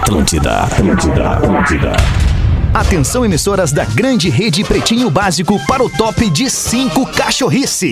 Atlântida. Atenção, emissoras da grande rede Pretinho Básico para o top de 5 cachorrice.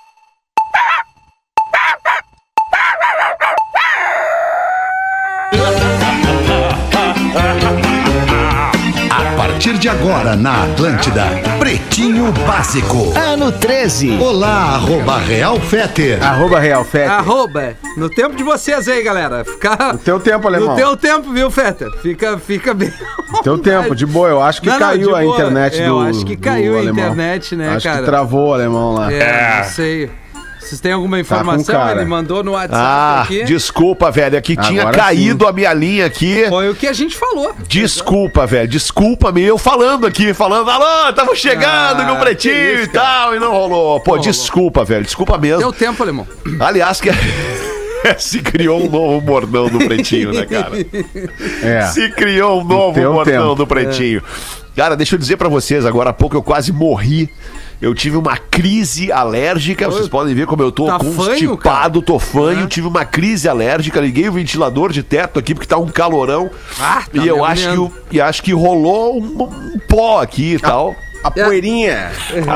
A partir de agora na Atlântida, Pretinho Básico. Ano 13. Olá, @Real Fetter. @Real Fetter. No tempo de vocês aí, galera. No teu tempo, alemão. No teu tempo, viu, Fetter? Fica bem. No teu tempo, de boa. Eu acho que caiu a internet do Eu acho que caiu a alemão. internet, né, acho cara? que travou o alemão lá. Não sei. Vocês têm alguma informação? Ele mandou no WhatsApp aqui. Desculpa, velho. Aqui tinha caído a minha linha aqui. Foi o que a gente falou. Desculpa, velho. Desculpa-me. Eu falando, alô, tava chegando com o Pretinho e tal, e não rolou. Pô, desculpa, velho. Desculpa mesmo. Deu tempo, alemão. Aliás, se criou um novo bordão do Pretinho, né, cara? Se criou um novo bordão do Pretinho. Cara, deixa eu dizer pra vocês, agora há pouco eu quase morri. Eu tive uma crise alérgica, vocês podem ver como eu tô constipado, tô fanho, tive uma crise alérgica, liguei o ventilador de teto aqui porque tá um calorão. E eu acho que rolou um pó aqui e tal. A poeirinha.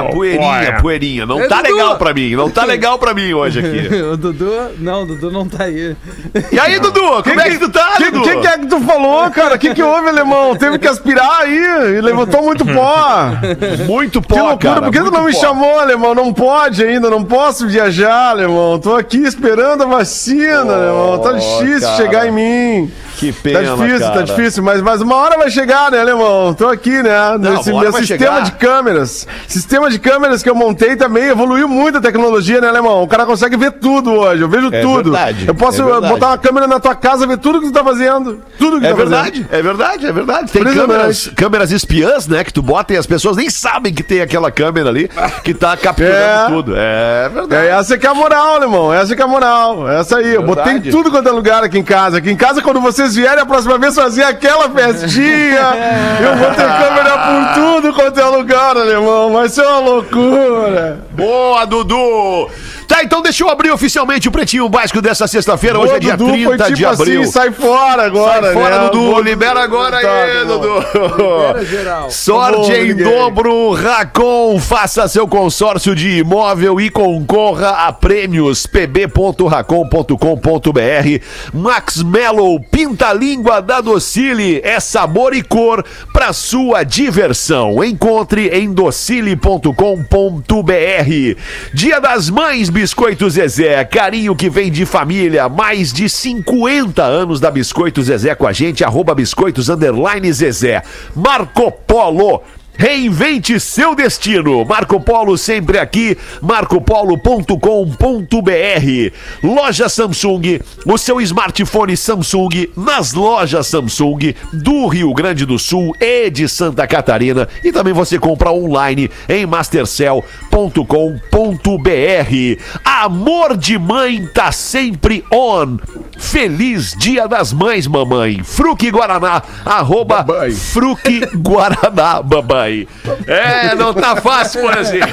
A poeirinha. Não tá legal pra mim. Não tá legal pra mim hoje aqui. O Dudu não tá aí. E aí, Dudu? Como é que tu tá, Dudu? O que é que tu falou, cara? O que houve, alemão? Teve que aspirar aí e levantou muito pó. Muito pó, que loucura. cara. Por que tu não me chamou, alemão? Não pode ainda, não posso viajar, alemão. Tô aqui esperando a vacina, alemão. Tá difícil chegar em mim. Que pena, tá difícil, mas uma hora vai chegar, né, alemão? Tô aqui, né? Nesse meu sistema de câmeras. Sistema de câmeras que eu montei também evoluiu muito a tecnologia, né, alemão? O cara consegue ver tudo hoje, eu vejo tudo. Verdade, eu posso botar uma câmera na tua casa e ver tudo que tu tá fazendo. Tudo que tu tá fazendo. É verdade. Tem câmeras espiãs, né, que tu bota e as pessoas nem sabem que tem aquela câmera ali que tá capturando tudo. É verdade. Essa que é a moral, alemão. Essa que é a moral. Essa aí. Eu botei tudo quanto é lugar aqui em casa. Aqui em casa, quando vocês vierem a próxima vez fazer aquela festinha, eu vou ter câmera por tudo quanto é lugar, alemão. Vai ser uma loucura. Boa, Dudu! Tá, então deixa eu abrir oficialmente o Pretinho Básico dessa sexta-feira. Hoje é dia 30 de abril. Assim, sai fora agora, sai fora, né? Dudu. Libera agora aí, Dudu. Libera geral. Sorte em dobro, Racon. Faça seu consórcio de imóvel e concorra a prêmios. pb.racon.com.br. Max Mellow, pinta a língua da Docile. É sabor e cor pra sua diversão. Encontre em docile.com.br. Dia das Mães, Biscoito Zezé, carinho que vem de família, mais de 50 anos da Biscoito Zezé com a gente, @biscoitos_Zezé. Marco Polo, reinvente seu destino. Marco Polo sempre aqui, marcopolo.com.br. Loja Samsung, o seu smartphone Samsung nas lojas Samsung do Rio Grande do Sul e de Santa Catarina. E também você compra online em mastercell.com.br. Amor de mãe tá sempre on. Feliz Dia das Mães, mamãe. Fruque Guaraná, @Fruque Guaraná, babai. Não tá fácil, por exemplo.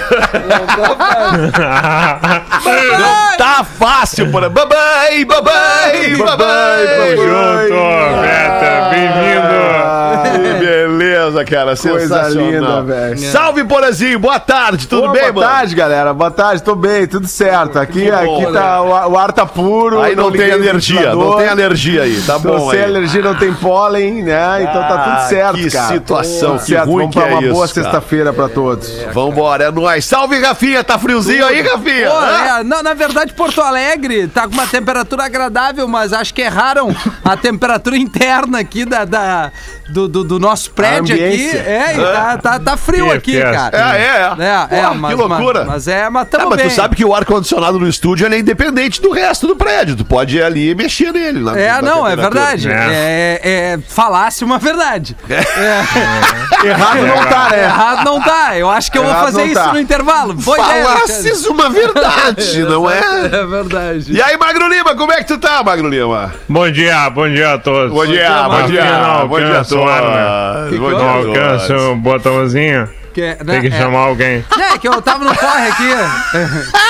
Não tá fácil, por exemplo. Babai. Tamo junto, Beta. Bem-vindo. Beleza, cara. Sensacional. Coisa linda, velho. Salve, Porazinho. Boa tarde. Tudo bem, mano? Boa tarde, galera. Boa tarde. Tô bem, tudo certo. Aqui bom, tá, o ar tá puro. Aí não tem alergia. Não tem alergia aí. Tá bom aí. Sem alergia, não tem pólen, né? Então tá tudo certo, que cara. Que situação, que certo. ruim Vamos pra que é uma boa isso, sexta-feira pra todos. Vambora, é nóis. Salve, Rafinha. Tá friozinho aí, Rafinha? Na verdade, Porto Alegre tá com uma temperatura agradável, mas acho que erraram a temperatura interna aqui do nosso prédio aqui. Tá frio aqui, cara. Porra, que loucura. Mas tamo bem. Tu sabe que o ar-condicionado no estúdio ele é independente do resto do prédio. Tu pode ir ali e mexer nele. É verdade. Falasse uma verdade. Errado não tá, né? Errado não tá. Eu acho que eu vou fazer isso no intervalo. Falasses uma verdade, não é? É verdade. E aí, Magro Lima, como é que tu tá, Magro Lima? Bom dia a todos. Bom dia a todos. Não alcança o botãozinho. Tem que chamar alguém. É que eu tava no corre aqui.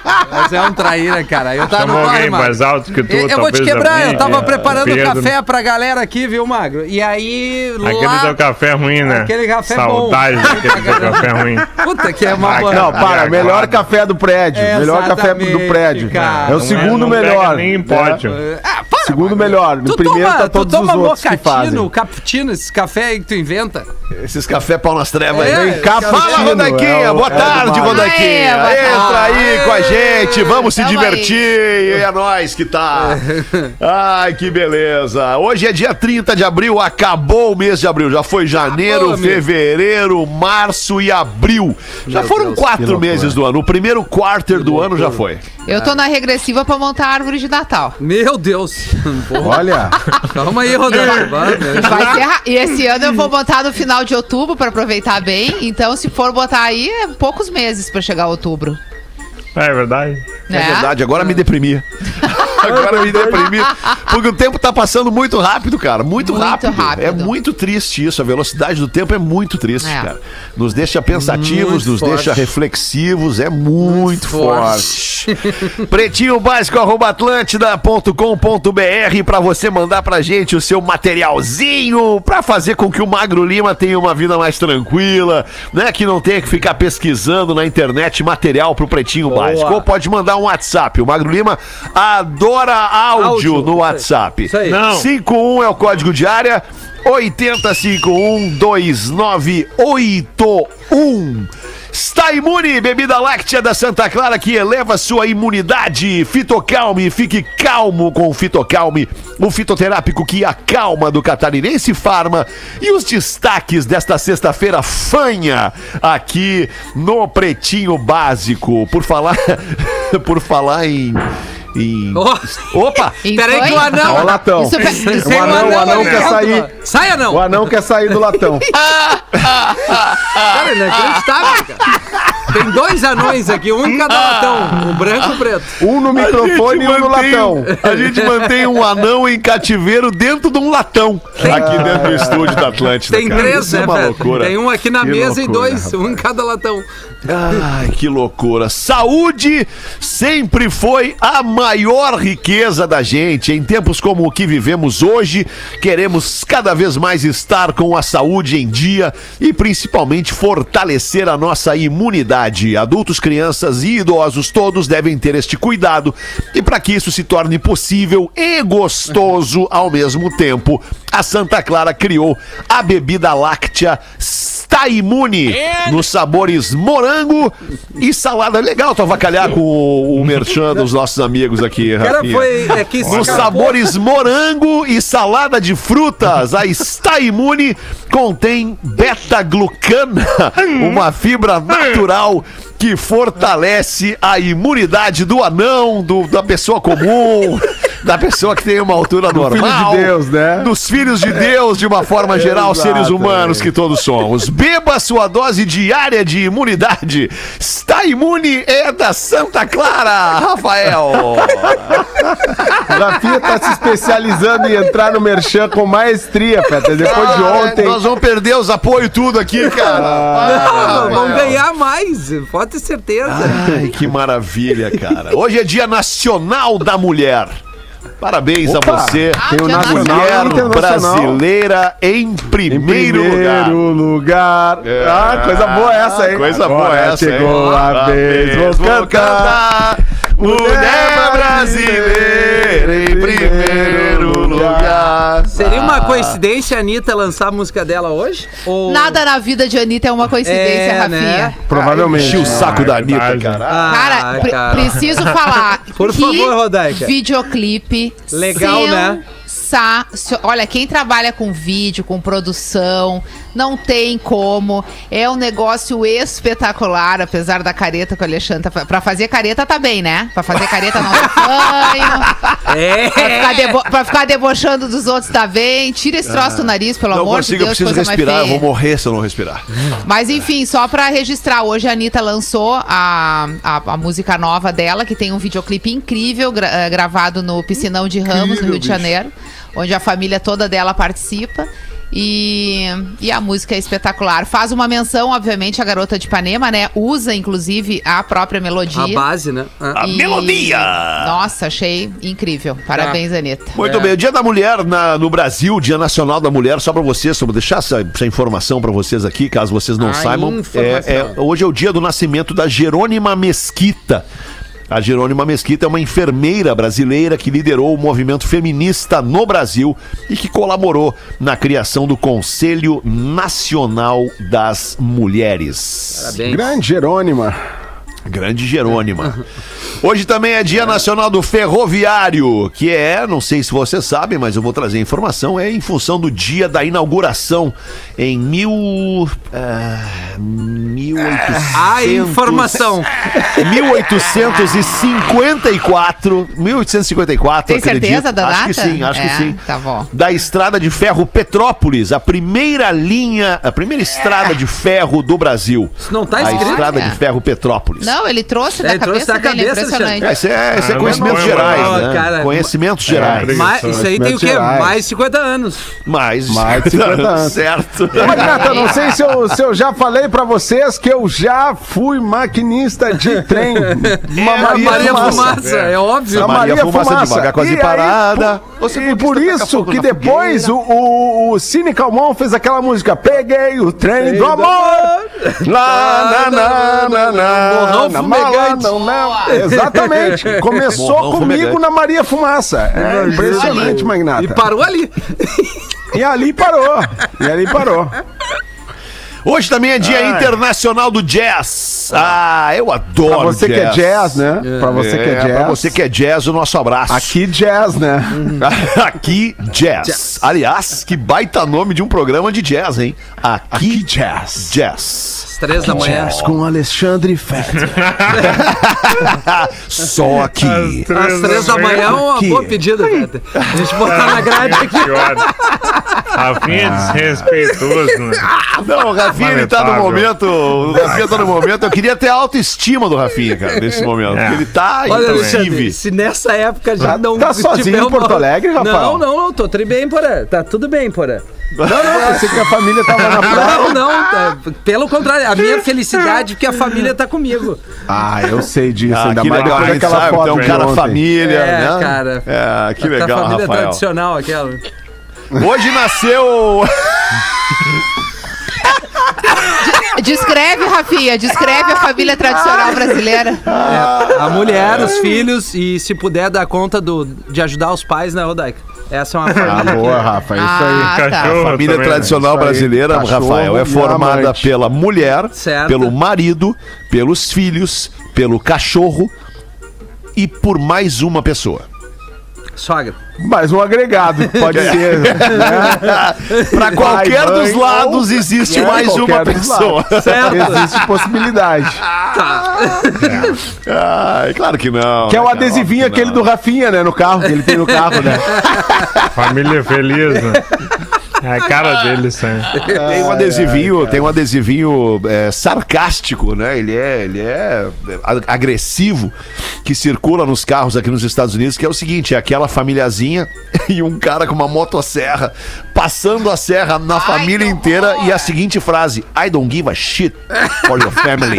Mas é um traíra, cara. Eu tava Chama alguém mais alto que tu, eu vou te quebrar, eu tava preparando Pedro. café pra galera aqui, viu, Magro? E aí, Aquele teu café ruim, né? Aquele café Saudade bom. daquele teu café ruim. Puta que é uma Não, para, melhor café do prédio. Melhor café do prédio. Cara. É o segundo melhor. Nem em pote. Segundo melhor. No primeiro tá todos os outros que fazem. Cappuccino, esse café aí que tu inventa. Esses café pau nas trevas É, aí. Fala, Rodaquinha. Boa tarde, Rodaquinha. Entra aí com a gente. Vamos se divertir. E é nóis que tá. Ai, que beleza. Hoje é dia 30 de abril. Acabou o mês de abril. Já foi janeiro, fevereiro, março e abril. Já foram 4 meses do ano. O primeiro quarter do ano já foi. Eu tô na regressiva pra montar a árvore de Natal. Meu Deus. Olha. Calma aí, Rodrigo. E esse ano eu vou botar no final de outubro pra aproveitar bem. Então, se for botar aí, é poucos meses pra chegar a outubro. É verdade. É verdade, agora me deprimi. Agora me deprimi. Porque o tempo tá passando muito rápido, cara. Muito rápido. É muito triste isso. A velocidade do tempo é muito triste, cara. Nos deixa pensativos, nos deixa reflexivos. É muito forte. Pretinho Básico @atlântida.com.br pra você mandar pra gente o seu materialzinho pra fazer com que o Magro Lima tenha uma vida mais tranquila, né? Que não tenha que ficar pesquisando na internet material pro Pretinho Básico. Ou pode mandar um WhatsApp. O Magro Lima adora áudio no WhatsApp. Isso aí. 51 é o código de área. 80512981. Está imune, bebida láctea da Santa Clara que eleva sua imunidade. Fitocalme, fique calmo com o Fitocalme, o fitoterápico que acalma do Catarinense Farma. E os destaques desta sexta-feira fanha aqui no Pretinho Básico. Por falar em... Opa! Peraí que o anão... Olha o latão. O anão quer sair. Sai, anão! O anão quer sair do latão. Cara, inacreditável, cara. Tem 2 anões aqui, um em cada latão, o branco e o preto. Um no microfone e um no latão. A gente mantém um anão em cativeiro dentro de um latão. Aqui dentro do estúdio da Atlântida. Tem 3, né, uma loucura. Tem um aqui na mesa e 2, rapaz. um em cada latão. Ai, que loucura. Saúde sempre foi a maior riqueza da gente. Em tempos como o que vivemos hoje, queremos cada vez mais estar com a saúde em dia e principalmente fortalecer a nossa imunidade. Adultos, crianças e idosos todos devem ter este cuidado. E para que isso se torne possível e gostoso ao mesmo tempo, a Santa Clara criou a bebida láctea Está Imune, nos sabores morango e salada. Legal tu avacalhar com o merchan dos nossos amigos aqui, Cara, Rafinha. foi... É que Nos sabores morango e salada de frutas, a Está Imune contém beta-glucana, uma fibra natural que fortalece a imunidade do anão, da pessoa comum, da pessoa que tem uma altura normal. Filho de Deus, né? Dos filhos de Deus, de uma forma geral, Exato, seres humanos que todos somos. Beba sua dose diária de imunidade. Está Imune é da Santa Clara, Rafael. Rafinha tá se especializando em entrar no merchan com maestria, Peter. Depois de ontem. Nós vamos perder os apoios tudo aqui, cara. Vamos ganhar mais, pode ter certeza. Ai, que maravilha, cara. Hoje é Dia Nacional da Mulher. Parabéns a você, Tem o nacional e mulher internacional. brasileira em primeiro lugar. Ah, coisa boa essa, hein? Coisa boa Agora essa, chegou hein? a vez, vou cantar. Mulher brasileira em primeiro lugar. Seria uma coincidência a Anitta lançar a música dela hoje? Ou... Nada na vida de Anitta é uma coincidência, Rafinha. né? Provavelmente. Enchi o saco da Anitta, verdade. cara. Cara, preciso falar. Por que favor, Rodaica. Videoclipe Legal, né? Olha, quem trabalha com vídeo, com produção, não tem como. É um negócio espetacular, apesar da careta que o Alexandre tá... Pra fazer careta tá bem, né? Pra fazer careta não tá fanho. Pra ficar debochando dos outros tá bem. Tira esse troço do nariz, pelo amor de Deus. Eu preciso coisa respirar, mais eu feia. vou morrer se eu não respirar. Mas enfim, só pra registrar, hoje a Anitta lançou a música nova dela, que tem um videoclipe incrível, gravado no Piscinão de Ramos, no Rio de Janeiro, onde a família toda dela participa. E a música é espetacular. Faz uma menção, obviamente, à Garota de Ipanema, né? Usa, inclusive, a própria melodia. A base, né? A melodia! Nossa, achei incrível. Parabéns, Anitta. Muito bem. O Dia da Mulher no Brasil, Dia Nacional da Mulher, só pra vocês, vou deixar essa informação pra vocês aqui, caso vocês não saibam. Hoje é o dia do nascimento da Jerônima Mesquita. A Jerônima Mesquita é uma enfermeira brasileira que liderou o movimento feminista no Brasil e que colaborou na criação do Conselho Nacional das Mulheres. Parabéns. Grande Jerônima. Grande Jerônima. Hoje também é Dia Nacional do Ferroviário, que não sei se vocês sabem, mas eu vou trazer a informação, em função do dia da inauguração em 1800... A informação. 1854. Tem certeza da data? Acho que sim. Tá bom. Da estrada de ferro Petrópolis, a primeira estrada de ferro do Brasil. Isso não tá escrito. A estrada de ferro Petrópolis. Não, ele trouxe da cabeça dele, impressionante. Esse é conhecimentos gerais, né? Cara, conhecimentos gerais. Isso aí tem o quê? Mais 50 anos. Mais de 50 anos. Certo. Magnata, não sei se eu já falei pra vocês que eu já fui maquinista de trem. Maria Fumaça, é óbvio. A Maria Fumaça devagar, quase parada. E por isso que depois o Cine Calmon fez aquela música Peguei o trem do amor. Lá, Morrão fumegante. Exatamente. Começou comigo na Maria Fumaça. É impressionante, Magnata. E parou ali. E ali parou. Hoje também é Dia Internacional do Jazz. Eu adoro pra você jazz. Que é jazz, né? Pra você que é jazz. Pra você que é jazz, o nosso abraço. Aqui jazz, né? Aqui jazz. Aliás, que baita nome de um programa de jazz, hein? Aqui jazz. Jazz. 3 da manhã. Jazz com Alexandre Fetter. Só aqui. Às 3 da manhã é uma boa pedida, Fetter. A gente botar na grade aqui. Rafinha é desrespeitoso, né? Não, o Rafinha ele tá no momento. O Rafinha tá no momento. Eu queria ter a autoestima do Rafinha, cara, nesse momento. Porque ele tá inclusive. Se nessa época já não. Tá sozinho em Porto Alegre, Rafael? Não, tô bem, porra. Tá tudo bem, porra. Não, pensei que a família tava na praia. Não, pelo contrário, a minha felicidade é que a família tá comigo. Eu sei disso, ainda que mais legal, depois daquela foto. Então, cara, família, né? Cara. Que legal, a família Rafael. Tradicional, aquela. Hoje nasceu... Descreve, Rafinha, a família tradicional brasileira. A mulher, os filhos e, se puder, dar conta de ajudar os pais, né, Rodaica? Essa é uma família. Boa, Rafa, isso aí. Tá. A família tradicional brasileira, Rafael, é formada pela mulher, pelo marido, pelos filhos, pelo cachorro e por mais uma pessoa. Sogra. Mais um agregado, pode ser. Né? Pra qualquer dos lados existe mais uma pessoa. Certo. Existe possibilidade. Claro que não. Que é o adesivinho aquele do Rafinha, né? No carro, que ele tem no carro, né? Família feliz, né? É a cara dele, isso aí. Tem um adesivinho sarcástico, né? Ele é agressivo, que circula nos carros aqui nos Estados Unidos, que é o seguinte, é aquela famíliazinha e um cara com uma motosserra passando a serra na família inteira e a seguinte frase: I don't give a shit for your family.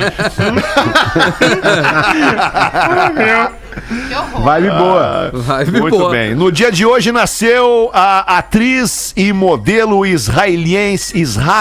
Vibe boa. Muito bem. No dia de hoje nasceu a atriz e modelo israelense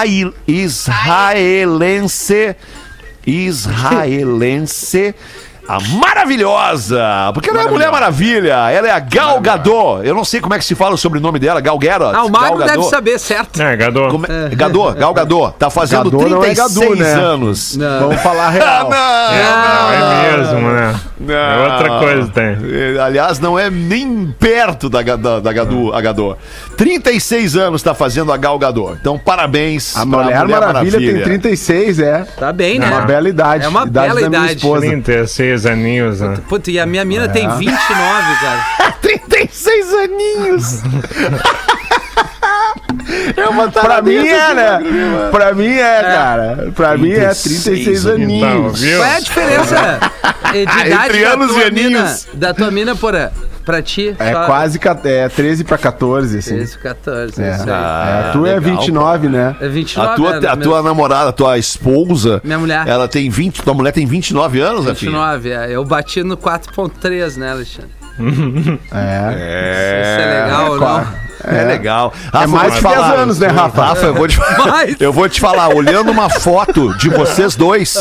a maravilhosa, porque ela é a Mulher Maravilha, ela é a Gal Gadot. Eu não sei como é que se fala o sobrenome dela, Gal Gadot. O Mago deve saber, certo? Gadot. Gal Gadot, tá fazendo Gadot 36 não é Gadu, né? anos. Não. Vamos falar real. Não, é mesmo, né? É outra coisa, tem. Aliás, não é nem perto da Gadot. 36 anos tá fazendo a Gal Gadot. Então, parabéns. A Mulher Maravilha tem 36, Tá bem, né? É uma bela idade. É uma bela da minha idade. esposa. 36 aninhos, né? Puta, e a minha mina tem 29, cara. 36 aninhos. Pra mim é, né? Pra mim é, cara. Pra mim é 36 aninhos. Então, Qual é a diferença de idade Entre anos e aninhos. da tua mina, porra? Pra ti? É quase 13 pra 14, assim. 13 pra 14, tu é 29, né? É 29 a tua namorada, a tua esposa... Minha mulher. Ela tem 20... Tua mulher tem 29 anos, 29, Eu bati no 4.3, né, Alexandre? Isso É legal ou não? É legal. Rafa, mais de 10 anos, né, Rafa? Rafa, eu vou te falar, olhando uma foto de vocês dois,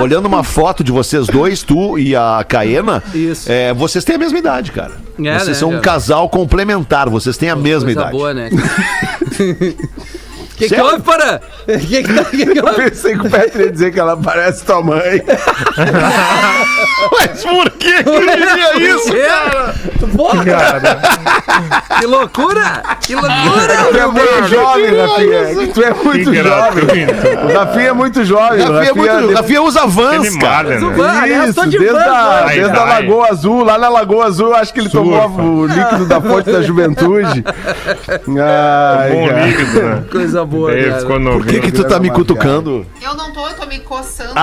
tu e a Caena, vocês têm a mesma idade, cara. Vocês são um casal complementar, vocês têm a mesma idade. Boa, né? Que houve, Porã? Eu pensei que o Petro ia dizer que ela parece tua mãe. Mas por que ele diria isso, cara? Cara. Que loucura! Que loucura! Tu é muito jovem, Rafinha. Tu é muito jovem. O Rafinha é muito jovem. O Rafinha usa Vans, cara. Isso, desde a Lagoa Azul. Lá na Lagoa Azul, acho que ele tomou o líquido da fonte da juventude. Bom líquido, né? Coisa boa, cara. Por que tu tá me cutucando? Eu não tô, eu tô me coçando.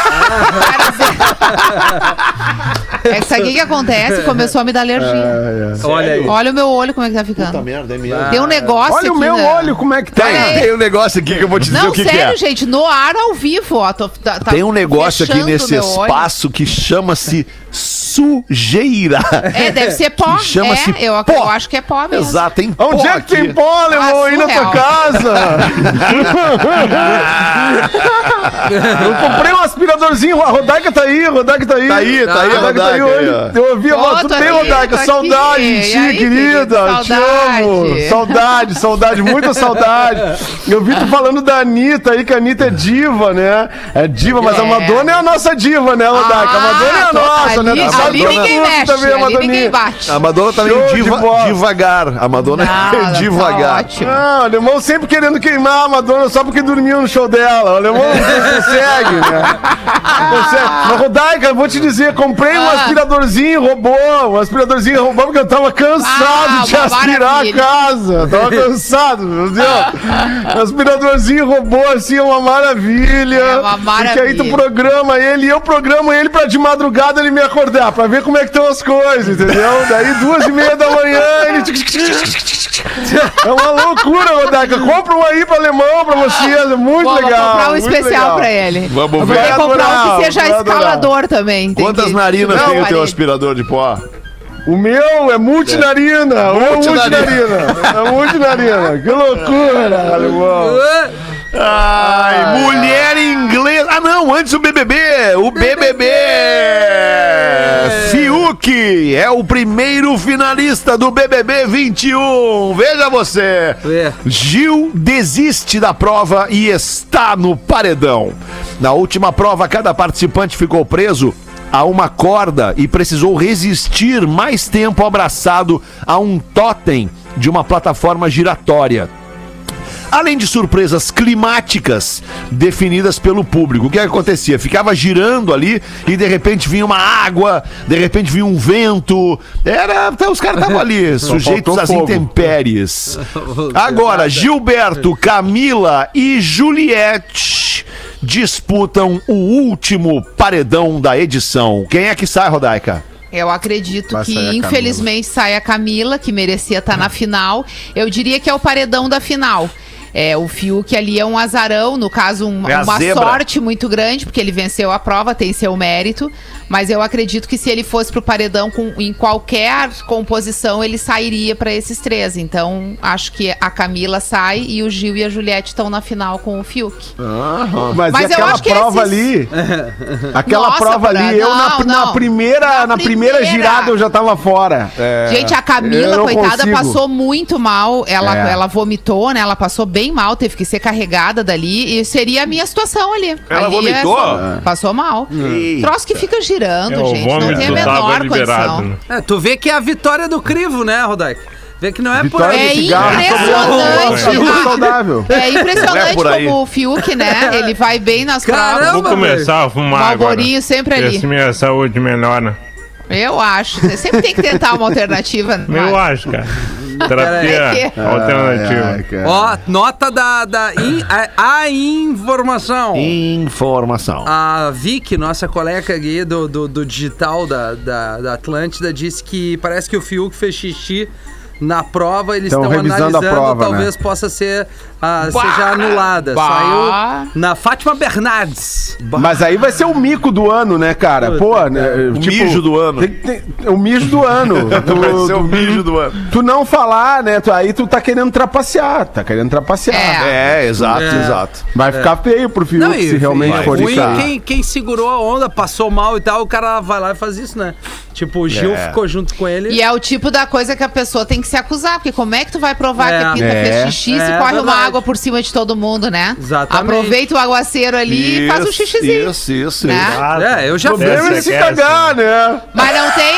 É que sabe o que acontece? Começou a me dar alergia. Olha aí. Olha o meu olho como é que tá ficando. Puta merda, é mesmo. Tem um negócio Olha aqui, o meu olho, como é que tá? Tem um negócio aqui que eu vou te dizer o que é. Não, sério, gente, no ar, ao vivo, ó. Tem um negócio aqui nesse espaço que chama-se sujeira. Deve ser pó. Chama-se eu acho que é pó mesmo. Exato, tem pó. Onde é que tem pó, alemão, aí na tua casa? Eu comprei um aspiradorzinho, a Rodaica tá aí. Tá aí, a Rodaica. Eu ouvi a voz, tu tem, Rodaica, saudade de ti, querida. Te amo. Saudade, muita saudade. Eu vi tu falando da Anitta aí, que a Anitta é diva, né? É diva, mas a Madonna é a nossa diva, né, Rodaica? A Madonna é a nossa, né? Ali ninguém mexe, ali ninguém bate. A Madonna também devagar. A Madonna é devagar. Não, o alemão sempre querendo queimar a Madonna só porque dormiu no show dela. O alemão não consegue, né? Não consegue. Mas, Rodaica, eu vou te dizer, comprei um aspiradorzinho robô, porque eu tava cansado de aspirar a casa. Tava cansado, meu Deus. Um aspiradorzinho robô, assim, é uma maravilha. É uma maravilha. Porque aí tu programa ele e eu programo ele pra de madrugada ele me acordar, pra ver como é que estão as coisas, entendeu? Daí 2h30 da manhã ele... É uma loucura, Rodaica. Compra um aí pra alemão, pra vocês. É muito legal. Vou comprar um especial pra ele. Vamos ver. Vou ter que comprar um que seja escalador também. Quantas narinas tem o teu aspirador de pó? O meu é multinarina. É multinarina. Que loucura, alemão. Ai, mulher inglesa. Ah, não, antes o BBB. Fiuk é o primeiro finalista do BBB 21. Veja você. Gil desiste da prova e está no paredão. Na última prova, cada participante ficou preso a uma corda e precisou resistir mais tempo abraçado a um totem de uma plataforma giratória. Além de surpresas climáticas definidas pelo público. O que acontecia? Ficava girando ali e de repente vinha uma água, de repente vinha um vento. Os caras estavam ali, sujeitos às intempéries. Agora, Gilberto, Camila e Juliette disputam o último paredão da edição. Quem é que sai, Rodaica? Eu acredito que, infelizmente, sai a Camila, que merecia estar na final. Eu diria que é o paredão da final. O Fiuk ali é um azarão, no caso, uma sorte muito grande, porque ele venceu a prova, tem seu mérito. Mas eu acredito que se ele fosse pro paredão em qualquer composição, ele sairia para esses três. Então, acho que a Camila sai e o Gil e a Juliette estão na final com o Fiuk. Mas eu acho que prova ali... Aquela prova ali, na primeira girada eu já tava fora. Gente, a Camila, coitada, passou muito mal. Ela vomitou, né? Ela passou bem mal, teve que ser carregada dali. E seria a minha situação ali. Ela vomitou? Passou mal. Troço que fica girando, gente. Não tem a menor condição. Né? Tu vê que é a vitória do crivo, né, Rodaica? Vê que não é por aí. É impressionante. É impressionante como o Fiuk, né? Ele vai bem nas provas. Vou começar a fumar Malborinho sempre ali. Se minha saúde melhora. Eu acho. Você sempre tem que tentar uma alternativa. Eu acho, cara. Terapia alternativa. Ó, nota a informação. Informação. A Vicky, nossa colega aqui do digital da Atlântida, disse que parece que o Fiuk fez xixi na prova, eles estão analisando, a prova, talvez possa ser seja anulada. Saiu na Fátima Bernardes. Mas aí vai ser o mico do ano, né, cara? Pô, né, o mijo do ano. O mijo do ano. Vai ser o mijo do ano. Tu não falar, né? Aí tu tá querendo trapacear. Exato. Vai ficar feio pro Fiuk se realmente for isso. Quem segurou a onda, passou mal e tal, o cara vai lá e faz isso, né? Tipo, o Gil ficou junto com ele. E é o tipo da coisa que a pessoa tem que se acusar, porque como é que tu vai provar que a Pinta fez xixi se corre uma água por cima de todo mundo, né? Exatamente. Aproveita o aguaceiro ali e faz um xixizinho. Isso. Né? Eu já fiz. Se cagar, né? Mas não tem...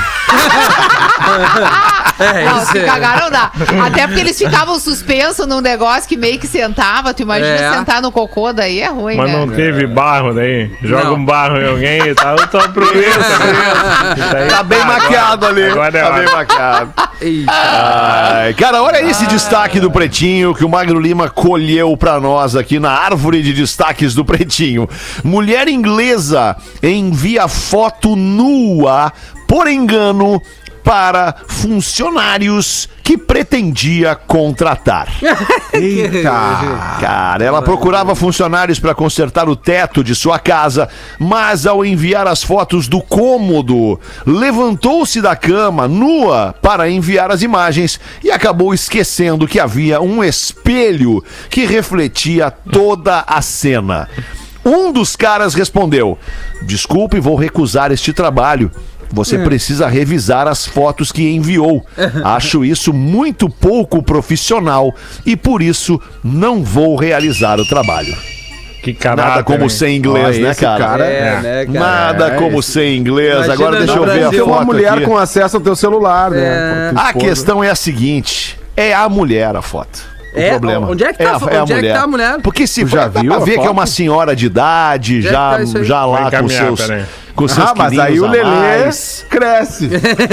não, se cagar não dá. Até porque eles ficavam suspensos num negócio que meio que sentava. Tu imagina sentar no cocô, daí é ruim, mas né? não teve barro daí? Joga um barro em alguém e tal, então aproveita. Tá bem maquiado ali. Tá bem maquiado. Cara, olha esse destaque do Pretinho que o Magro Lima colheu pra nós aqui na árvore de destaques do Pretinho. Mulher inglesa envia foto nua por engano para funcionários que pretendia contratar. Eita! Cara, ela procurava funcionários para consertar o teto de sua casa, mas ao enviar as fotos do cômodo, levantou-se da cama nua para enviar as imagens e acabou esquecendo que havia um espelho que refletia toda a cena. Um dos caras respondeu: "Desculpe, vou recusar este trabalho. Você precisa revisar as fotos que enviou. Acho isso muito pouco profissional e por isso não vou realizar o trabalho." Que caráter, nada como ser inglês, né, cara? Né, cara? Nada como ser inglês. Imagina. Agora deixa eu ver a foto uma mulher aqui. com acesso ao teu celular, né? A questão é a seguinte: é a mulher a foto. O problema. Onde é que tá, onde é que tá a mulher? Porque se já dá viu pra a ver foto? que é uma senhora de idade, já lá com seus mas aí o Lelê cresce.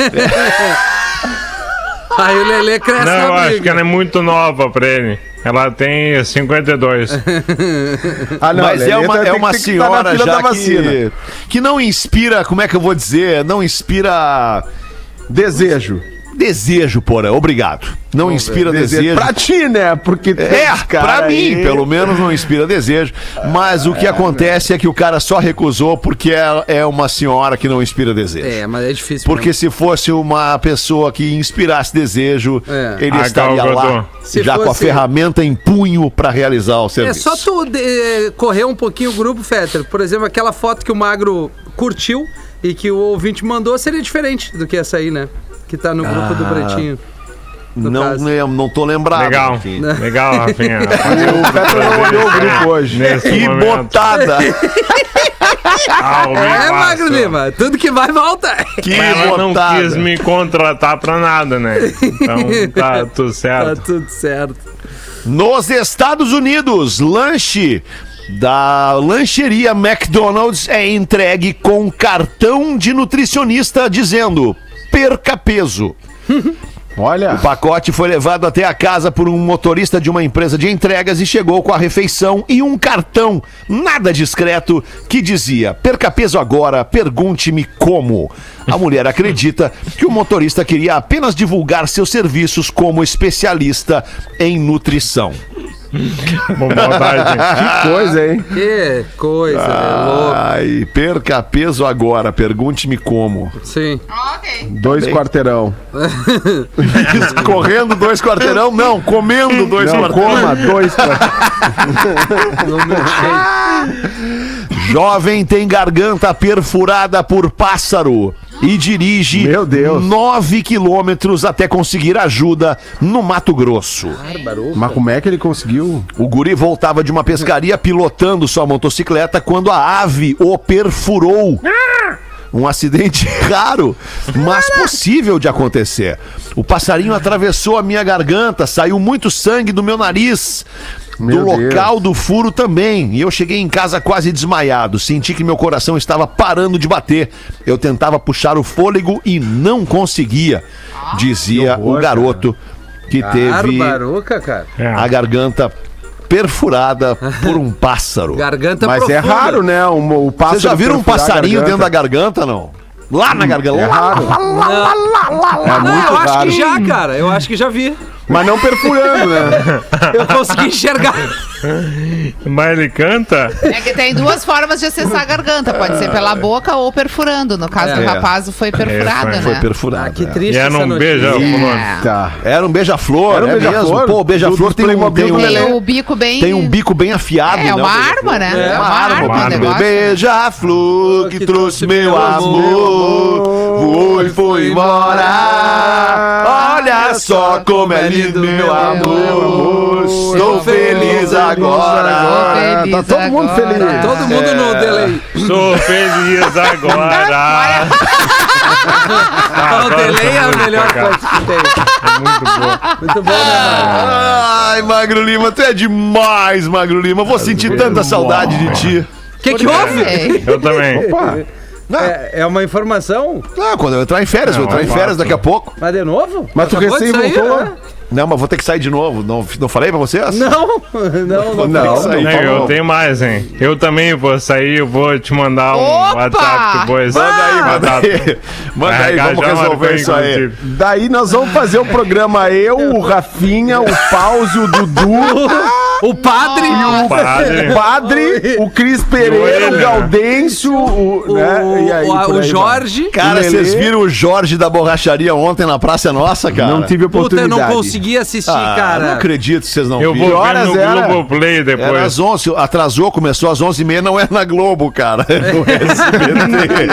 Aí o Lelê cresce. Não, eu acho que ela é muito nova pra ele. Ela tem 52. Mas é uma senhora já que não inspira, como é que eu vou dizer? Não inspira desejo, porra. Obrigado. Não inspira desejo. Pra ti, né? Porque pra mim, pelo menos não inspira desejo. Mas o que acontece é que o cara só recusou porque é uma senhora que não inspira desejo. Mas é difícil. Porque se fosse uma pessoa que inspirasse desejo, ele estaria lá já com a ferramenta em punho pra realizar o serviço. É só tu correr um pouquinho o grupo, Fetter. Por exemplo, aquela foto que o Magro curtiu e que o ouvinte mandou seria diferente do que essa aí, né? Que tá no grupo do Pretinho. Não tô lembrado. Legal, Rafinha. O Petro não olhou o grupo hoje. Que botada! Magro Lima, tudo que vai, volta. Que ela não quis me contratar pra nada, né? Então tá tudo certo. Tá tudo certo. Nos Estados Unidos, lanche da lancheria McDonald's é entregue com cartão de nutricionista dizendo: perca peso. Olha. O pacote foi levado até a casa por um motorista de uma empresa de entregas e chegou com a refeição e um cartão nada discreto que dizia: perca peso agora, pergunte-me como. A mulher acredita que o motorista queria apenas divulgar seus serviços como especialista em nutrição. Que coisa, hein? Que coisa, louco. Ai, perca peso agora, pergunte-me como. Sim. Ok. 2 quarteirão. Correndo 2 quarteirão? Não, comendo 2 quarteirão. Coma 2 Jovem tem garganta perfurada por pássaro e dirige 9 quilômetros até conseguir ajuda no Mato Grosso. Mas como é que ele conseguiu? O guri voltava de uma pescaria pilotando sua motocicleta quando a ave o perfurou. Um acidente raro, mas possível de acontecer. O passarinho atravessou a minha garganta, saiu muito sangue do meu nariz. Do local do furo também. E eu cheguei em casa quase desmaiado. Senti que meu coração estava parando de bater. Eu tentava puxar o fôlego e não conseguia, dizia o garoto que teve cara. a garganta perfurada por um pássaro. Garganta Mas profunda. é raro, né? O pássaro. Vocês já viram um passarinho dentro da garganta, não? Lá na garganta. É raro. É muito Eu acho raro. que já, cara. Eu acho que já vi. Mas não perfurando, né? Eu consegui enxergar. Mas ele canta? É que tem duas formas de acessar a garganta. Pode ser pela boca ou perfurando. No caso do rapaz, foi perfurado, né? Foi perfurado. Ah, que triste E era essa um notícia. beija-flor. Tá. Era um beija-flor, Era um beija-flor? mesmo. Pô, o beija-flor tem Tem o bico bem... tem um bico bem afiado. É né, uma o arma, né? beija-flor? É uma arma o negócio. Beija-flor que trouxe meu amor, voou e foi embora. Olha só como é lindo meu amor. Estou feliz agora. Tá todo mundo feliz. Todo mundo no delay. Sou feliz agora. O delay é a melhor coisa que tem. É muito boa. Muito bom, né, mano? Ai, Magro Lima, tu é demais, Magro Lima. Vou sentir tanta saudade de ti. O que houve? Eu também. É uma informação? Ah, quando eu entrar em férias, vou entrar em férias daqui a pouco. Mas de novo? Mas tu Acabou de recém sair, voltou? né? Não, mas vou ter que sair de novo. Não falei pra vocês? Não. Sair. Não, eu tenho mais, hein? Eu também vou sair, eu vou te mandar um Opa! WhatsApp depois. Manda aí. Manda aí, Já vamos resolver marcou, isso aí. inclusive. Daí nós vamos fazer o programa o Rafinha, o Pause, o Dudu, O padre. Padre. o Padre, o Cris Pereira, o Gaudêncio, né? E aí, por O aí Jorge. Cara, O Lelê. vocês viram o Jorge da borracharia ontem na Praça Nossa, vai. cara? Não tive Puta, eu oportunidade. não consegui assistir, Não cara. acredito que vocês não Eu viram. vou ver horas no era? Globoplay Era depois. às 11, atrasou, começou às 11h30, não é na Globo, cara. É no SBT.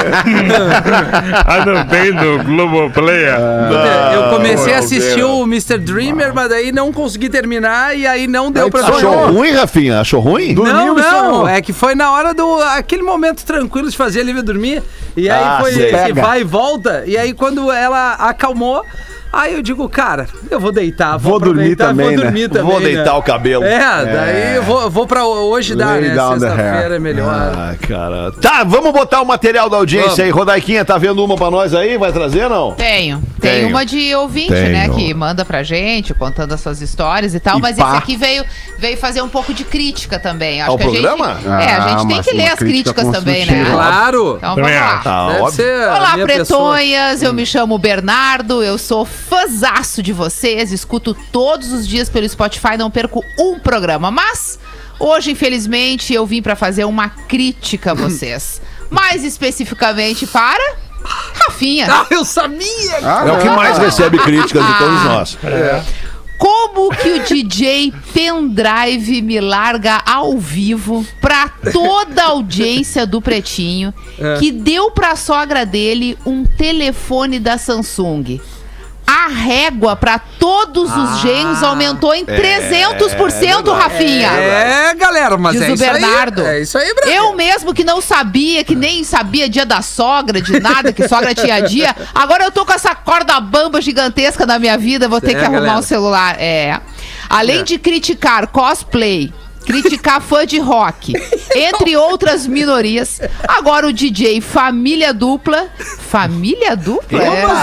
Não tem no Globoplay? Eu comecei a assistir Deus. o Mr. Dreamer, mas daí não consegui terminar e aí não deu pra Achou ruim, Rafinha? Achou ruim? Não, Dormiu, não, sonhou. é que foi na hora aquele momento tranquilo de fazer a Lívia dormir. E aí foi sei. esse vai e volta. E aí quando ela acalmou, aí eu digo, cara, eu vou deitar, Vou dormir aproveitar, também, vou né? dormir também. Vou deitar né? o cabelo. Daí eu vou pra hoje dar, Lay né? down the Sexta-feira hair. é melhor. Ah, cara. Tá, vamos botar o material da audiência Vamos. aí. Rodaiquinha, tá vendo uma pra nós aí? Vai trazer, não? Tem Tenho. uma de ouvinte, Tenho. né? Que manda pra gente, contando as suas histórias e tal. E mas pá. esse aqui veio fazer um pouco de crítica também. Acho Ao que a programa? gente, a gente tem mas que ler uma as crítica críticas também, né? construtiva. Claro. Então Também vamos lá. acho. Tá, Deve óbvio. ser a Olá, minha pessoa. pretonhas, eu me chamo Bernardo, eu sou fãzaço de vocês, escuto todos os dias pelo Spotify, não perco um programa, mas hoje, infelizmente, eu vim pra fazer uma crítica a vocês, mais especificamente para Rafinha. Ah, eu sabia! É o que mais recebe críticas de todos nós. Como que o DJ Pendrive me larga ao vivo pra toda a audiência do Pretinho, que deu pra sogra dele um telefone da Samsung? A régua pra todos os genros aumentou em 300%, Rafinha. É, galera, mas Diz é o isso Bernardo. aí. É isso aí, Brasil. Eu mesmo que não sabia, que nem sabia dia da sogra, de nada, que sogra tinha dia. Agora eu tô com essa corda bamba gigantesca na minha vida, vou ter que arrumar galera. um celular. Além de criticar cosplay, criticar fã de rock, entre outras minorias, agora o DJ Família Dupla. Família Dupla?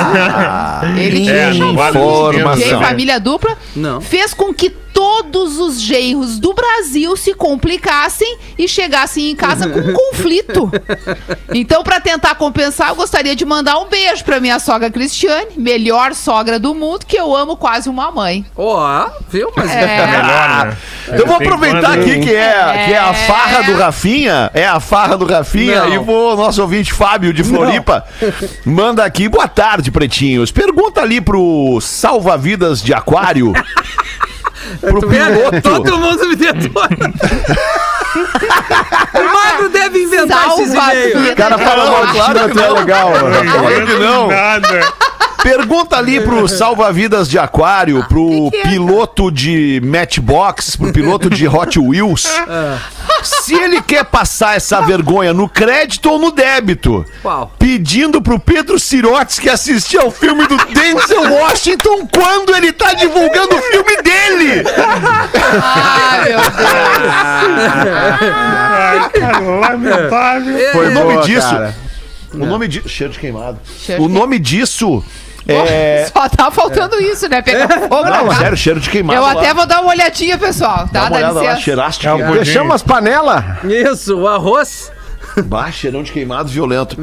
Ele tinha não vale informação. DJ Família Dupla Não. fez com que todos os genros do Brasil se complicassem e chegassem em casa com um conflito. Então, pra tentar compensar, eu gostaria de mandar um beijo pra minha sogra Cristiane, melhor sogra do mundo, que eu amo quase uma mãe. Ó, viu? Mas Melhor, né? Eu vou Tem aproveitar quando- aqui que é a farra do Rafinha. É a farra do Rafinha. Não. E vou, nosso ouvinte Fábio de Floripa, manda aqui. Boa tarde, pretinhos. Pergunta ali pro salva-vidas de aquário. Pro tu vê, piloto. todo mundo me detona. O Magro deve inventar esses e-mails. O cara fala mal de Claro China, que tu é não. legal. Claro que não. Nada. Pergunta ali pro salva-vidas de aquário, pro que é? piloto de Matchbox, pro piloto de Hot Wheels, se ele quer passar essa vergonha no crédito ou no débito. Qual? Pedindo pro Pedro Sirotsky assistir ao filme do Denzel Washington quando ele tá divulgando o filme dele. Ai, meu Deus. Ai, cara, lamentável. Foi O nome boa, disso... cara. O nome disso... Cheiro de queimado. Cheiro O de nome disso Só tá faltando isso, né? Pegar fogo na casa. Sério, cheiro de queimado. Eu até vou dar uma olhadinha, pessoal. Tá? Dá licença. Cheiraste de queimado. Deixamos as panelas. Isso, o arroz. Cheirão de queimado violento.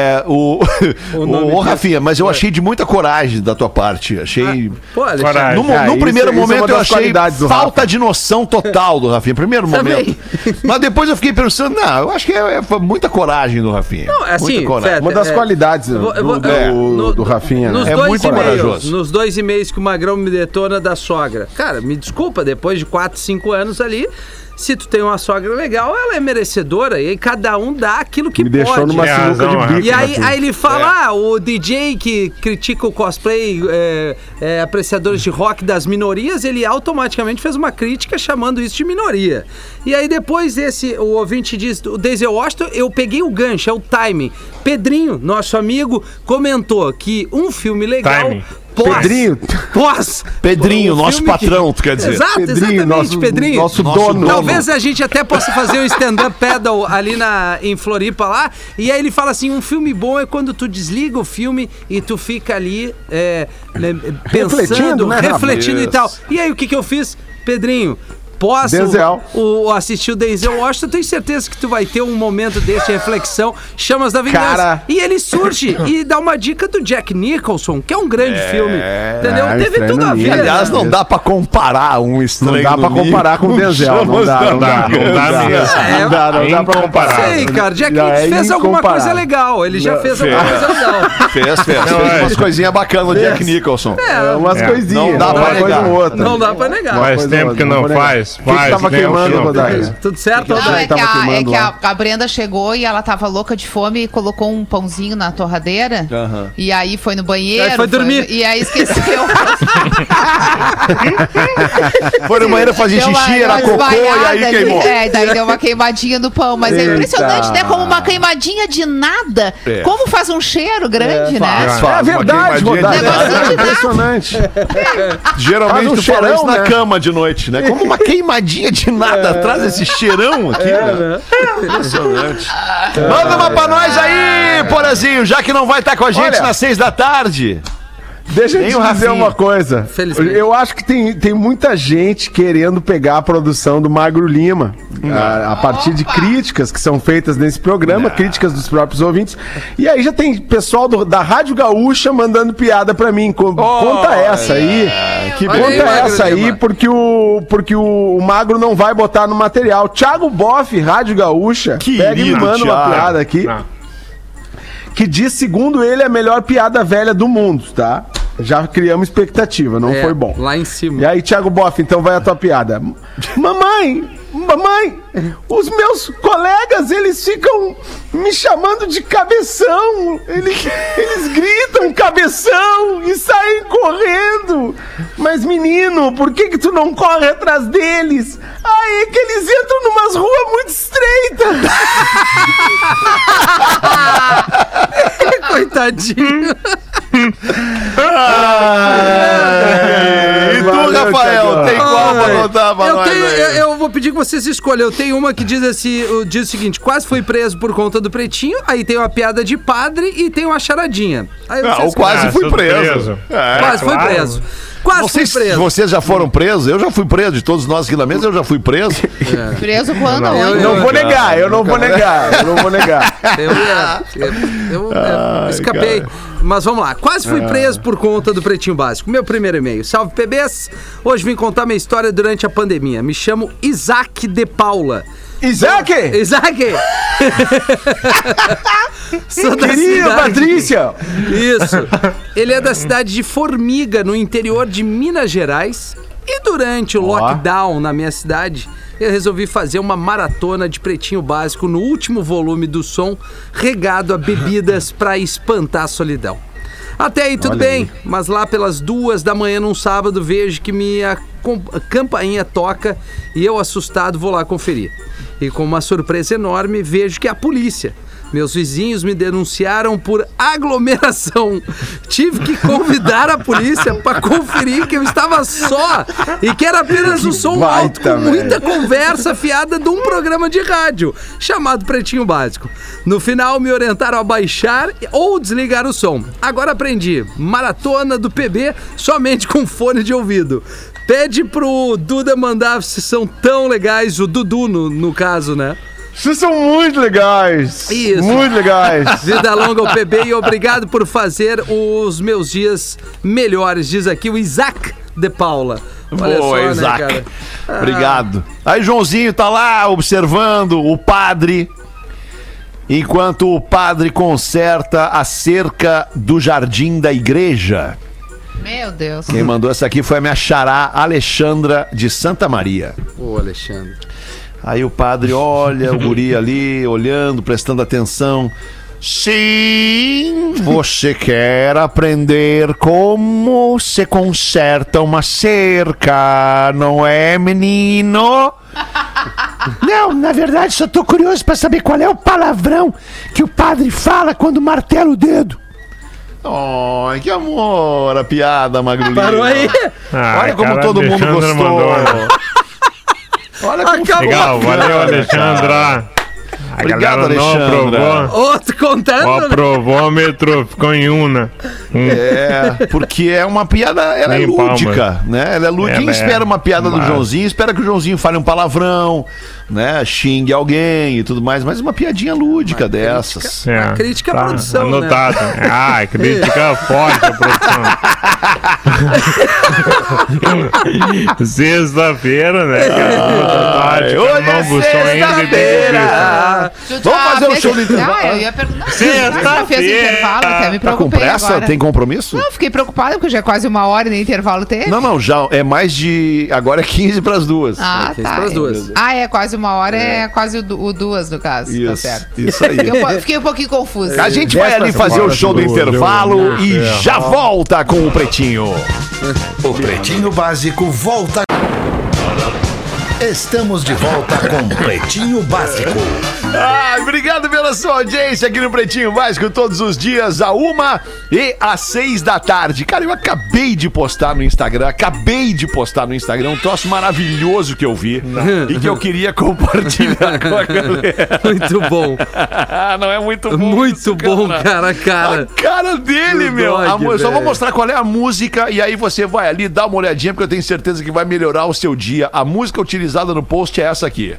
Ô, Rafinha, mas eu achei de muita coragem da tua parte. Achei. Coragem. No primeiro momento eu achei falta de noção total do Rafinha. Primeiro momento. Mas depois eu fiquei pensando, eu acho que foi muita coragem do Rafinha. Não, assim, uma das qualidades do Rafinha. Nos É muito corajoso. Nos 2 e-mails que o Magrão me detona da sogra. Cara, me desculpa, depois de 4, 5 anos ali. Se tu tem uma sogra legal, ela é merecedora. E aí cada um dá aquilo que pode. Me deixou numa sinuca de bico. E aí ele fala, o DJ que critica o cosplay, apreciadores de rock das minorias, ele automaticamente fez uma crítica chamando isso de minoria. E aí depois o ouvinte diz, o Denzel Washington, eu peguei o gancho, é o timing. Pedrinho, nosso amigo, comentou que um filme legal... Timing. Pedrinho, nosso patrão, tu quer dizer. Exatamente, Pedrinho. Nosso dono. Talvez a gente até possa fazer um stand-up paddle ali em Floripa lá, e aí ele fala assim, um filme bom é quando tu desliga o filme e tu fica ali pensando, refletindo e tal. E aí o que eu fiz? Pedrinho, assistir o Denzel Washington, tenho certeza que tu vai ter um momento desse de reflexão, Chamas da Vingança. E ele surge e dá uma dica do Jack Nicholson, que é um grande filme, entendeu? Teve tudo a ver. Aliás, não dá pra comparar um estranho. Não dá pra comparar com o Denzel. Não dá pra comparar. Sei, cara, Jack Nicholson fez alguma coisa legal. Ele já fez alguma coisa legal. Fez umas coisinhas bacanas o Jack Nicholson. Umas coisinhas. Não dá pra negar. Não dá pra negar. Faz tempo que não faz. O que tava queimando, Rodaica? Tudo certo, Rodaica? A Brenda chegou e ela tava louca de fome e colocou um pãozinho na torradeira. E aí foi no banheiro. Aí foi dormir. E aí esqueceu. Foi no banheiro fazer xixi, era cocô e aí queimou. Daí deu uma queimadinha no pão. Mas é impressionante, né? Como uma queimadinha de nada. Como faz um cheiro grande, né? É verdade, Rodaica. É impressionante. Geralmente tu fala isso na cama de noite, né? Como uma queimadinha de nada atrás desse cheirão aqui, né? Impressionante. Manda uma pra nós aí, Porazinho, já que não vai estar com a gente nas 6 da tarde. Deixa eu te dizer uma coisa. Eu acho que tem muita gente querendo pegar a produção do Magro Lima. A partir de críticas que são feitas nesse programa, críticas dos próprios ouvintes. E aí já tem pessoal da Rádio Gaúcha mandando piada pra mim. Conta essa aí. Porque o Magro não vai botar no material. Thiago Boff, Rádio Gaúcha, pega e manda uma piada aqui. Que diz, segundo ele, a melhor piada velha do mundo, tá? Já criamos expectativa, não foi bom. Lá em cima. E aí, Thiago Boff, então vai a tua piada. Mamãe, os meus colegas, eles ficam me chamando de cabeção. Eles gritam cabeção e saem correndo. Mas, menino, por que tu não corre atrás deles? É que eles entram numas ruas muito estreitas. Coitadinho. E tu, Rafael, tem qual pra contar pra nós? Eu vou pedir que vocês escolham. Eu tenho uma que diz o seguinte: quase fui preso por conta do Pretinho. Aí tem uma piada de padre e tem uma charadinha. Aí quase fui preso. Quase fui preso. Quase fui preso. Vocês já foram presos? Eu já fui preso. De todos nós aqui na mesa, eu já fui preso. Preso quando? Eu não vou negar. Eu escapei. Mas vamos lá. Quase fui preso por conta do Pretinho Básico. Meu primeiro e-mail. Salve, PBs. Hoje vim contar minha história durante a pandemia. Me chamo Isaac de Paula. Isaac! Querida Patrícia! Isso. Ele é da cidade de Formiga, no interior de Minas Gerais. E durante o lockdown na minha cidade, eu resolvi fazer uma maratona de Pretinho Básico no último volume do som, regado a bebidas pra espantar a solidão. Até aí tudo bem, mas lá pelas 2 da manhã num sábado vejo que minha campainha toca e eu, assustado, vou lá conferir. E com uma surpresa enorme, vejo que é a polícia. Meus vizinhos me denunciaram por aglomeração. Tive que convidar a polícia para conferir que eu estava só e que era apenas o som alto com muita conversa fiada de um programa de rádio chamado Pretinho Básico. No final, me orientaram a baixar ou desligar o som. Agora aprendi. Maratona do PB somente com fone de ouvido. Pede pro Duda mandar, se são tão legais, o Dudu no caso, né? Vocês são muito legais. Isso. Muito legais. Vida longa ao PB e obrigado por fazer os meus dias melhores, diz aqui o Isaac de Paula. Olha boa, só, Isaac. Né, cara? Obrigado. Aí Joãozinho tá lá observando o padre, enquanto o padre conserta a cerca do jardim da igreja. Meu Deus. Quem mandou essa aqui foi a minha xará Alexandra de Santa Maria. Ô, Alexandre. Aí o padre olha o guri ali, olhando, prestando atenção. Sim, você quer aprender como se conserta uma cerca, não é, menino? Não, na verdade só tô curioso pra saber qual é o palavrão que o padre fala quando martela o dedo. Oh, que amor, a piada, Magro Lima. Parou aí? Olha como todo mundo gostou. Olha como legal, valeu, Alexandra. A obrigado, Alexandra. Outro contando. O aprovômetro ficou em una. É, porque é uma piada, ela é lúdica, né? Ela é lúdica. Quem espera uma piada do Joãozinho, espera que o Joãozinho fale um palavrão, né? Xingue alguém e tudo mais, mas uma piadinha lúdica uma dessas. Crítica, uma crítica à produção, anotado. Né? Ah, crítica forte à produção. Sexta-feira, né, cara? Hoje é sexta-feira. Vamos fazer um show do intervalo. Eu ia perguntar. Sexta-feira. Fez intervalo, até me preocupei. Tá com pressa? Agora. Tem compromisso? Não, fiquei preocupada porque já é quase 1 hora e nem intervalo teve. Não, já é mais de... Agora é 15 para as 2. Ah, 15 para as 2. Ah, é quase 1 hora, é quase o 2 no caso. Isso, tá certo. Isso aí. Fiquei um pouquinho confusa. A gente vai ali fazer o show do intervalo e já volta com o Pretinho. O Pretinho Básico volta. Estamos de volta com Pretinho Básico. Obrigado pela sua audiência aqui no Pretinho Básico, todos os dias, 1h e às 6 da tarde. Cara, eu acabei de postar no Instagram, um troço maravilhoso que eu vi e que eu queria compartilhar com a galera. Muito bom. Não é muito bom? Muito isso, bom, cara. A cara dele, meu. Eu só vou mostrar qual é a música e aí você vai ali, dá uma olhadinha, porque eu tenho certeza que vai melhorar o seu dia. A música utilizada no post é essa aqui.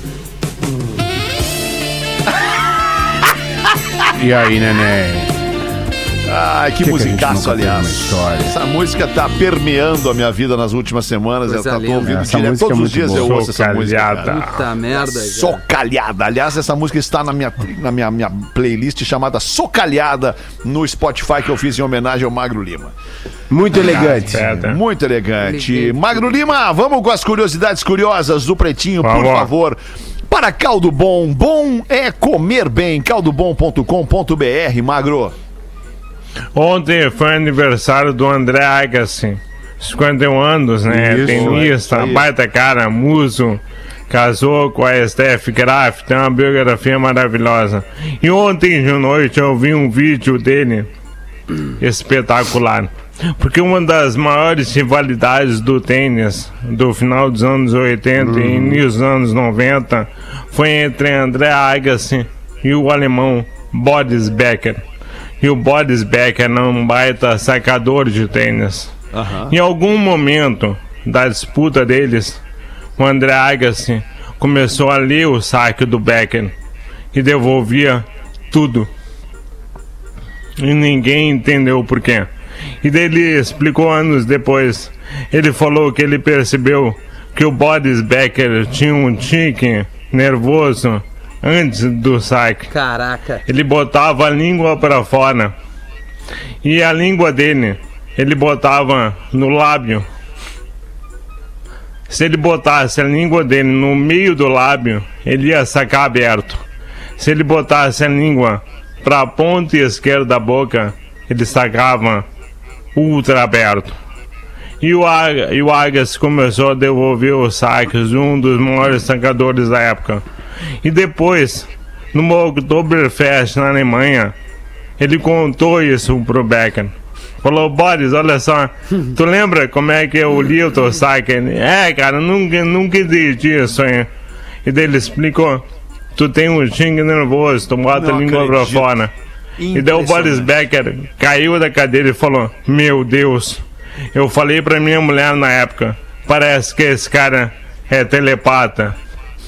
E aí, neném? Ai, que musicaço, aliás. Essa música tá permeando a minha vida nas últimas semanas. Eu tô ouvindo direto. Todos os dias eu ouço essa música. Puta merda. Socalhada. Aliás, essa música está na minha playlist chamada Socalhada no Spotify, que eu fiz em homenagem ao Magro Lima. Muito elegante. Muito elegante. Magro Lima, vamos com as curiosidades curiosas do Pretinho, por favor. Para Caldo Bom, bom é comer bem. caldobom.com.br, Magro. Ontem foi aniversário do André Agassi, 51 anos, né? Tenista, baita cara, muso, casou com a Steph Graf, tem uma biografia maravilhosa. E ontem de noite eu vi um vídeo dele espetacular. Porque uma das maiores rivalidades do tênis do final dos anos 80 e início dos anos 90 foi entre André Agassi e o alemão Boris Becker. E o Boris Becker era um baita sacador de tênis. Em algum momento da disputa deles, o André Agassi começou a ler o saque do Becker e devolvia tudo. E ninguém entendeu o porquê. E daí ele explicou anos depois. Ele falou que ele percebeu que o Boris Becker tinha um tique nervoso antes do saque. Caraca. Ele botava a língua para fora. E a língua dele, ele botava no lábio. Se ele botasse a língua dele no meio do lábio, ele ia sacar aberto. Se ele botasse a língua para a ponta esquerda da boca, ele sacava ultra aberto. E o Agassi começou a devolver os saques de um dos maiores sacadores da época. E depois, no Oktoberfest na Alemanha, ele contou isso pro Becker. Falou, Boris, olha só, tu lembra como é que eu li o teu saque? Cara, nunca entendi isso aí. E daí ele explicou, tu tem um xingue nervoso, tu bota a língua pra fora. E daí o Boris Becker caiu da cadeira e falou, meu Deus, eu falei pra minha mulher na época, parece que esse cara é telepata.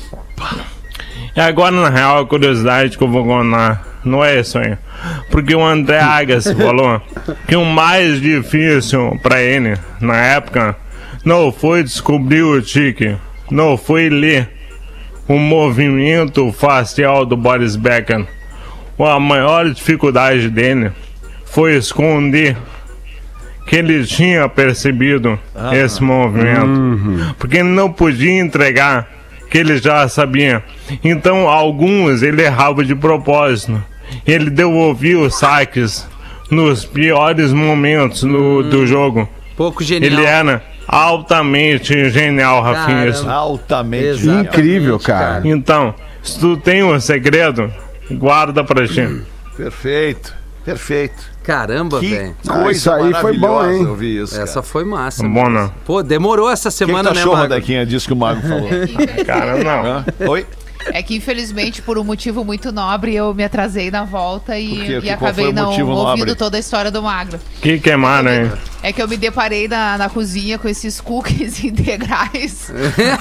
E agora, na real, a curiosidade que eu vou contar não é isso aí. Porque o André Agassi falou que o mais difícil pra ele, na época, não foi descobrir o tique, não foi ler o movimento facial do Boris Becker. A maior dificuldade dele foi esconder que ele tinha percebido esse movimento. Porque ele não podia entregar que ele já sabia. Então, alguns ele errava de propósito. Ele devolvia os saques nos piores momentos do jogo. Pouco genial. Ele era altamente genial, Rafinha. Altamente genial. Incrível, cara. Então, se tu tem um segredo, guarda pra ti. Perfeito. Caramba, velho. Isso aí foi bom, hein? Eu vi isso, essa foi massa. Bom, não. Pô, demorou essa semana, né, Mago? Rodaquinha, disso que o Mago falou. Cara, não. Oi? É que, infelizmente, por um motivo muito nobre, eu me atrasei na volta e acabei não ouvindo toda a história do Magro. Que queimado, hein? É que eu me deparei na cozinha com esses cookies integrais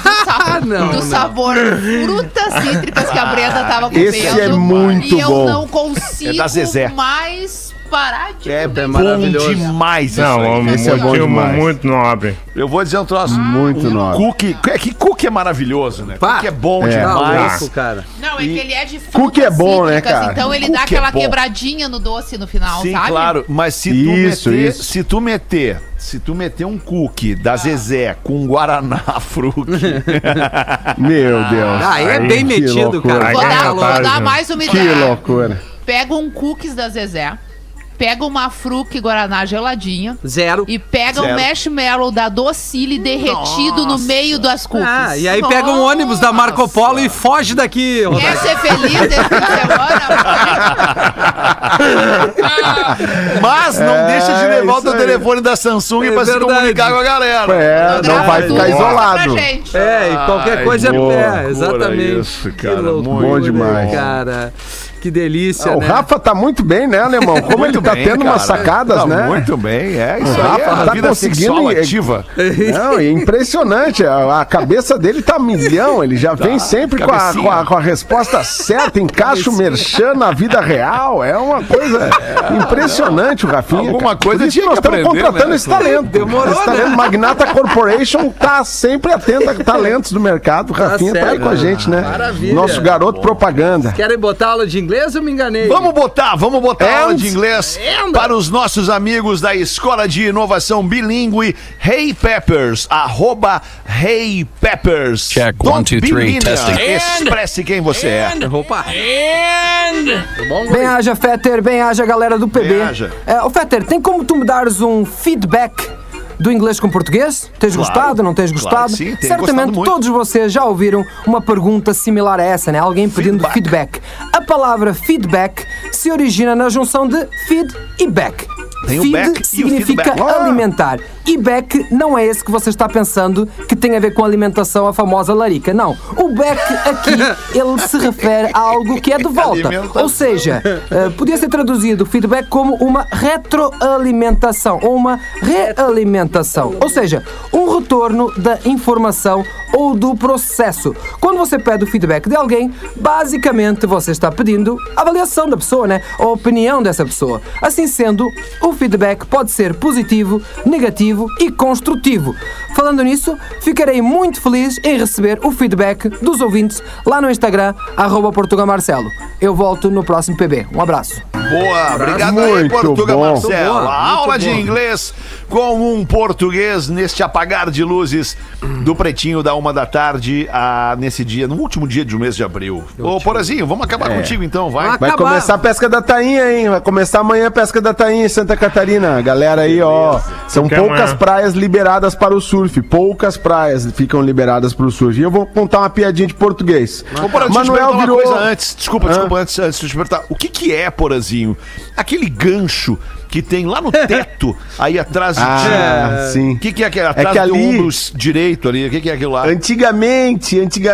do sabor frutas cítricas que a Brenda tava comendo. Esse é muito bom. E eu não consigo mais parar de comer. É maravilhoso. Demais esse é bom demais. Muito nobre. Eu vou dizer um troço. Muito nobre. Cookie é maravilhoso, né? Cookie é bom demais. Louco, cara. Não, é que ele é de frutas Cookie é bom, cítricas, né, cara? então ele dá aquela quebradinha no doce no final, Sim, sabe? claro. Mas se tu meter um cookie da Zezé com Guaraná Fruc. Meu Deus. Aí é bem metido, cara. Vou dar mais uma ideia. Que loucura. Pega um cookies da Zezé, pega uma Fruc Guaraná geladinha. Zero. E pega um marshmallow da Docile derretido no meio das cookies. E aí pega um ônibus da Marco Polo e foge daqui. Quer ser feliz esse fim de semana? Mas não deixa de levar o teu telefone da Samsung pra se comunicar com a galera. Não vai ficar isolado. E qualquer coisa exatamente. Isso, cara. Bom demais. Cara. Que delícia, O Rafa tá muito bem, né, Alemão? Como ele tá tendo umas sacadas, né? Muito bem, isso o Rafa tá conseguindo ativa. Não, é impressionante. A cabeça dele tá milhão. Ele já vem sempre com a resposta certa, encaixa o merchan na vida real. É uma coisa impressionante o Rafinha. Alguma coisa tinha nós que estamos contratando esse talento. Demorou, esse talento Magnata Corporation tá sempre atento a talentos do mercado. O Rafinha tá aí com a gente, né? Maravilha. Nosso garoto propaganda. Querem botar aula de inglês ou me enganei? Vamos botar aula de inglês para os nossos amigos da Escola de Inovação Bilíngue Hey Peppers, @HeyPeppers. Check, 1, 2, 3, testing. Expresse quem você é. Opa. Bem haja, Fetter, bem haja, galera do PB. Ô, Fetter, tem como tu me dares um feedback do inglês com português? Tens gostado, não tens gostado? Sim, tenho Certamente gostado todos vocês já ouviram uma pergunta similar a essa, né? Alguém pedindo feedback. A palavra feedback se origina na junção de feed e back. Tem o feed back e o significa feedback. alimentar. E back não é esse que você está pensando que tem a ver com alimentação, a famosa larica. Não. O back aqui, ele se refere a algo que é de volta. Ou seja, podia ser traduzido feedback como uma retroalimentação ou uma realimentação. Ou seja, um retorno da informação ou do processo. Quando você pede o feedback de alguém, basicamente você está pedindo a avaliação da pessoa, né? A opinião dessa pessoa. Assim sendo, o feedback pode ser positivo, negativo e construtivo. Falando nisso, ficarei muito feliz em receber o feedback dos ouvintes lá no Instagram, @PortugaMarcelo. Eu volto no próximo PB. Um abraço. Boa, obrigado aí, Portuga Marcelo. A aula de inglês com um português neste apagar de luzes do Pretinho da 1 da tarde, nesse dia, no último dia do mês de abril. Ô, Porazinho, vamos acabar contigo então, vai. Vai começar a pesca da tainha, hein? Vai começar amanhã a pesca da tainha em Santa Catarina. Galera aí, ó, são poucas praias liberadas para o surf. Poucas praias ficam liberadas para o surf. E eu vou contar uma piadinha de português. Manuel virou... Coisa antes. Desculpa, antes de te perguntar. O que é, Porazinho? Aquele gancho que tem lá no teto, aí atrás de ti. Sim. O que é aquele? Atrás do ombro direito ali. O que é aquilo lá? Antigamente,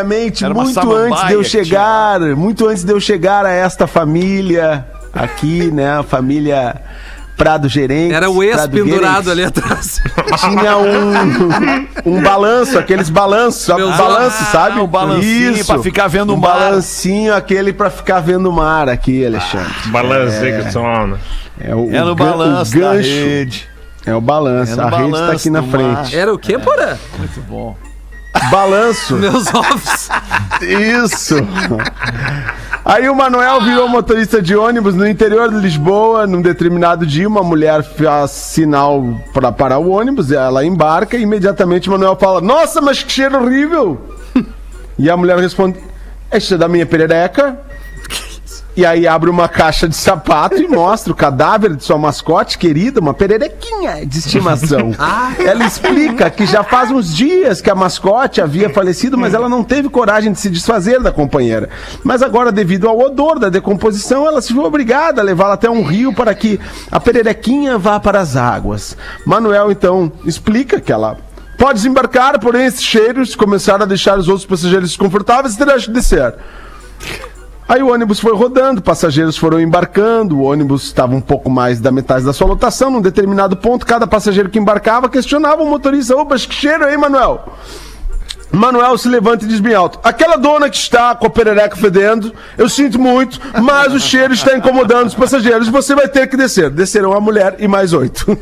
muito antes de eu chegar a esta família aqui, né? A família Prado Gerente. Era o ex pendurado ali atrás. Tinha um balanço, aqueles balanços, sabe? Um balancinho pra ficar vendo o mar. Balancinho, aquele pra ficar vendo o mar aqui, Alexandre. Balancinho que sona. É no balanço da rede. É o balanço. A rede tá aqui na frente. Era o quê, Porã? Muito bom. Balanço. Meus ovos. Isso. Aí o Manuel virou motorista de ônibus no interior de Lisboa. Num determinado dia, uma mulher faz sinal para parar o ônibus. Ela embarca e imediatamente o Manuel fala: nossa, mas que cheiro horrível. E a mulher responde: este é da minha perereca. E aí abre uma caixa de sapato e mostra o cadáver de sua mascote querida, uma pererequinha de estimação. Ela explica que já faz uns dias que a mascote havia falecido, mas ela não teve coragem de se desfazer da companheira. Mas agora, devido ao odor da decomposição, ela se viu obrigada a levá-la até um rio para que a pererequinha vá para as águas. Manuel, então, explica que ela pode desembarcar, porém esses cheiros começaram a deixar os outros passageiros desconfortáveis e terá de descer. Aí o ônibus foi rodando, passageiros foram embarcando, o ônibus estava um pouco mais da metade da sua lotação. Num determinado ponto, cada passageiro que embarcava questionava o motorista: opa, que cheiro aí, Manuel? Manuel se levanta e diz bem alto: aquela dona que está com a perereca fedendo, eu sinto muito, mas o cheiro está incomodando os passageiros, você vai ter que descer. Descerão a mulher e mais 8.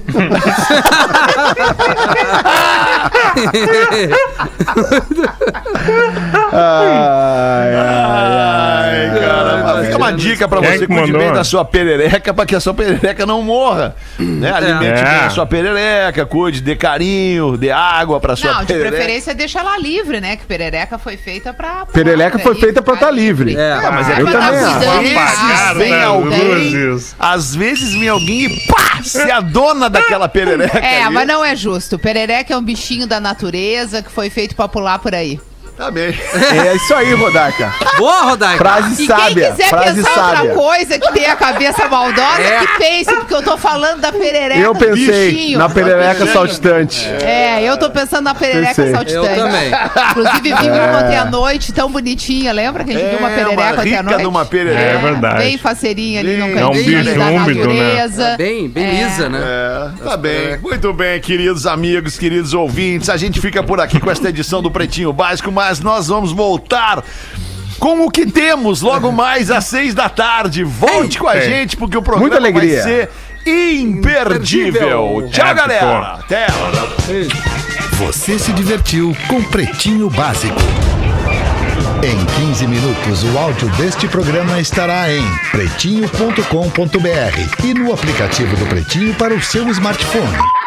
Ai, cara. Fica uma dica pra você: cuide bem da sua perereca, pra que a sua perereca não morra, né? Alimente bem a sua perereca, cuide, dê carinho, dê água pra sua perereca. Não, de preferência deixa ela livre, né? Que perereca foi feita pra... Perereca foi feita pra estar livre. Mas eu também às vezes vem alguém e pá, se a dona daquela perereca. Mas não é justo. Perereca é um bichinho da natureza que foi feito pra pular por aí. Tá bem. É isso aí, Rodaica. Boa, Rodaica. Frase sábia. Quem quiser pensar outra coisa que tenha a cabeça maldosa, que pense, porque eu tô falando da perereca. Eu pensei bichinho, na perereca saltitante. Eu tô pensando na perereca saltitante. Eu também. Inclusive, vi uma ontem à noite, tão bonitinha. Lembra que a gente viu uma perereca ontem à noite? Uma perereca. É verdade. Bem faceirinha ali no cantinho da natureza. Né? Bem lisa, né? Tá bem. Muito bem, queridos amigos, queridos ouvintes. A gente fica por aqui com esta edição do Pretinho Básico, mas nós vamos voltar com o que temos logo mais às 6 da tarde. Volte com a gente, porque o programa vai ser imperdível. Tchau, galera. Até. Você se divertiu com Pretinho Básico. Em 15 minutos, o áudio deste programa estará em pretinho.com.br e no aplicativo do Pretinho para o seu smartphone.